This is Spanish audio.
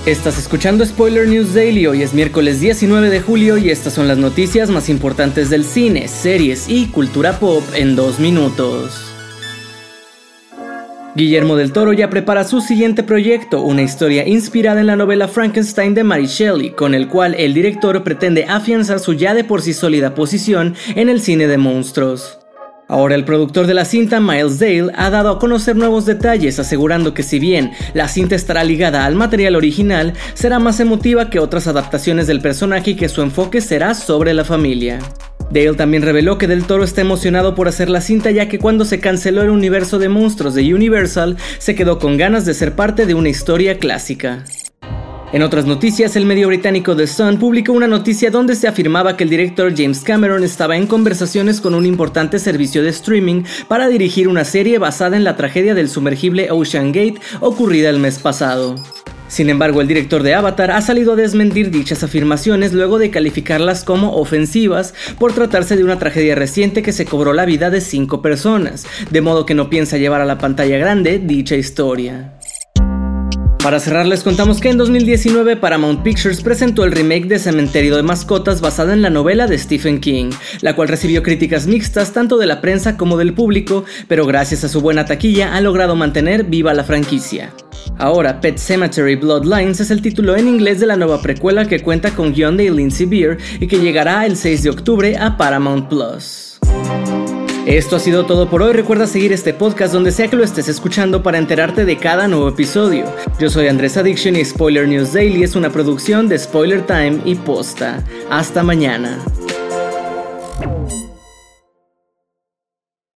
Estás escuchando Spoiler News Daily, hoy es miércoles 19 de julio y estas son las noticias más importantes del cine, series y cultura pop en 2 minutos. Guillermo del Toro ya prepara su siguiente proyecto, una historia inspirada en la novela Frankenstein de Mary Shelley, con el cual el director pretende afianzar su ya de por sí sólida posición en el cine de monstruos. Ahora el productor de la cinta, Miles Dale, ha dado a conocer nuevos detalles, asegurando que si bien la cinta estará ligada al material original, será más emotiva que otras adaptaciones del personaje y que su enfoque será sobre la familia. Dale también reveló que Del Toro está emocionado por hacer la cinta, ya que cuando se canceló el universo de monstruos de Universal, se quedó con ganas de ser parte de una historia clásica. En otras noticias, el medio británico The Sun publicó una noticia donde se afirmaba que el director James Cameron estaba en conversaciones con un importante servicio de streaming para dirigir una serie basada en la tragedia del sumergible Ocean Gate ocurrida el mes pasado. Sin embargo, el director de Avatar ha salido a desmentir dichas afirmaciones luego de calificarlas como ofensivas por tratarse de una tragedia reciente que se cobró la vida de 5 personas, de modo que no piensa llevar a la pantalla grande dicha historia. Para cerrar, les contamos que en 2019 Paramount Pictures presentó el remake de Cementerio de Mascotas basada en la novela de Stephen King, la cual recibió críticas mixtas tanto de la prensa como del público, pero gracias a su buena taquilla ha logrado mantener viva la franquicia. Ahora, Pet Sematary Bloodlines es el título en inglés de la nueva precuela que cuenta con guion de Lindsay Beer y que llegará el 6 de octubre a Paramount Plus. Esto ha sido todo por hoy. Recuerda seguir este podcast donde sea que lo estés escuchando para enterarte de cada nuevo episodio. Yo soy Andrés Addiction y Spoiler News Daily es una producción de Spoiler Time y Posta. Hasta mañana.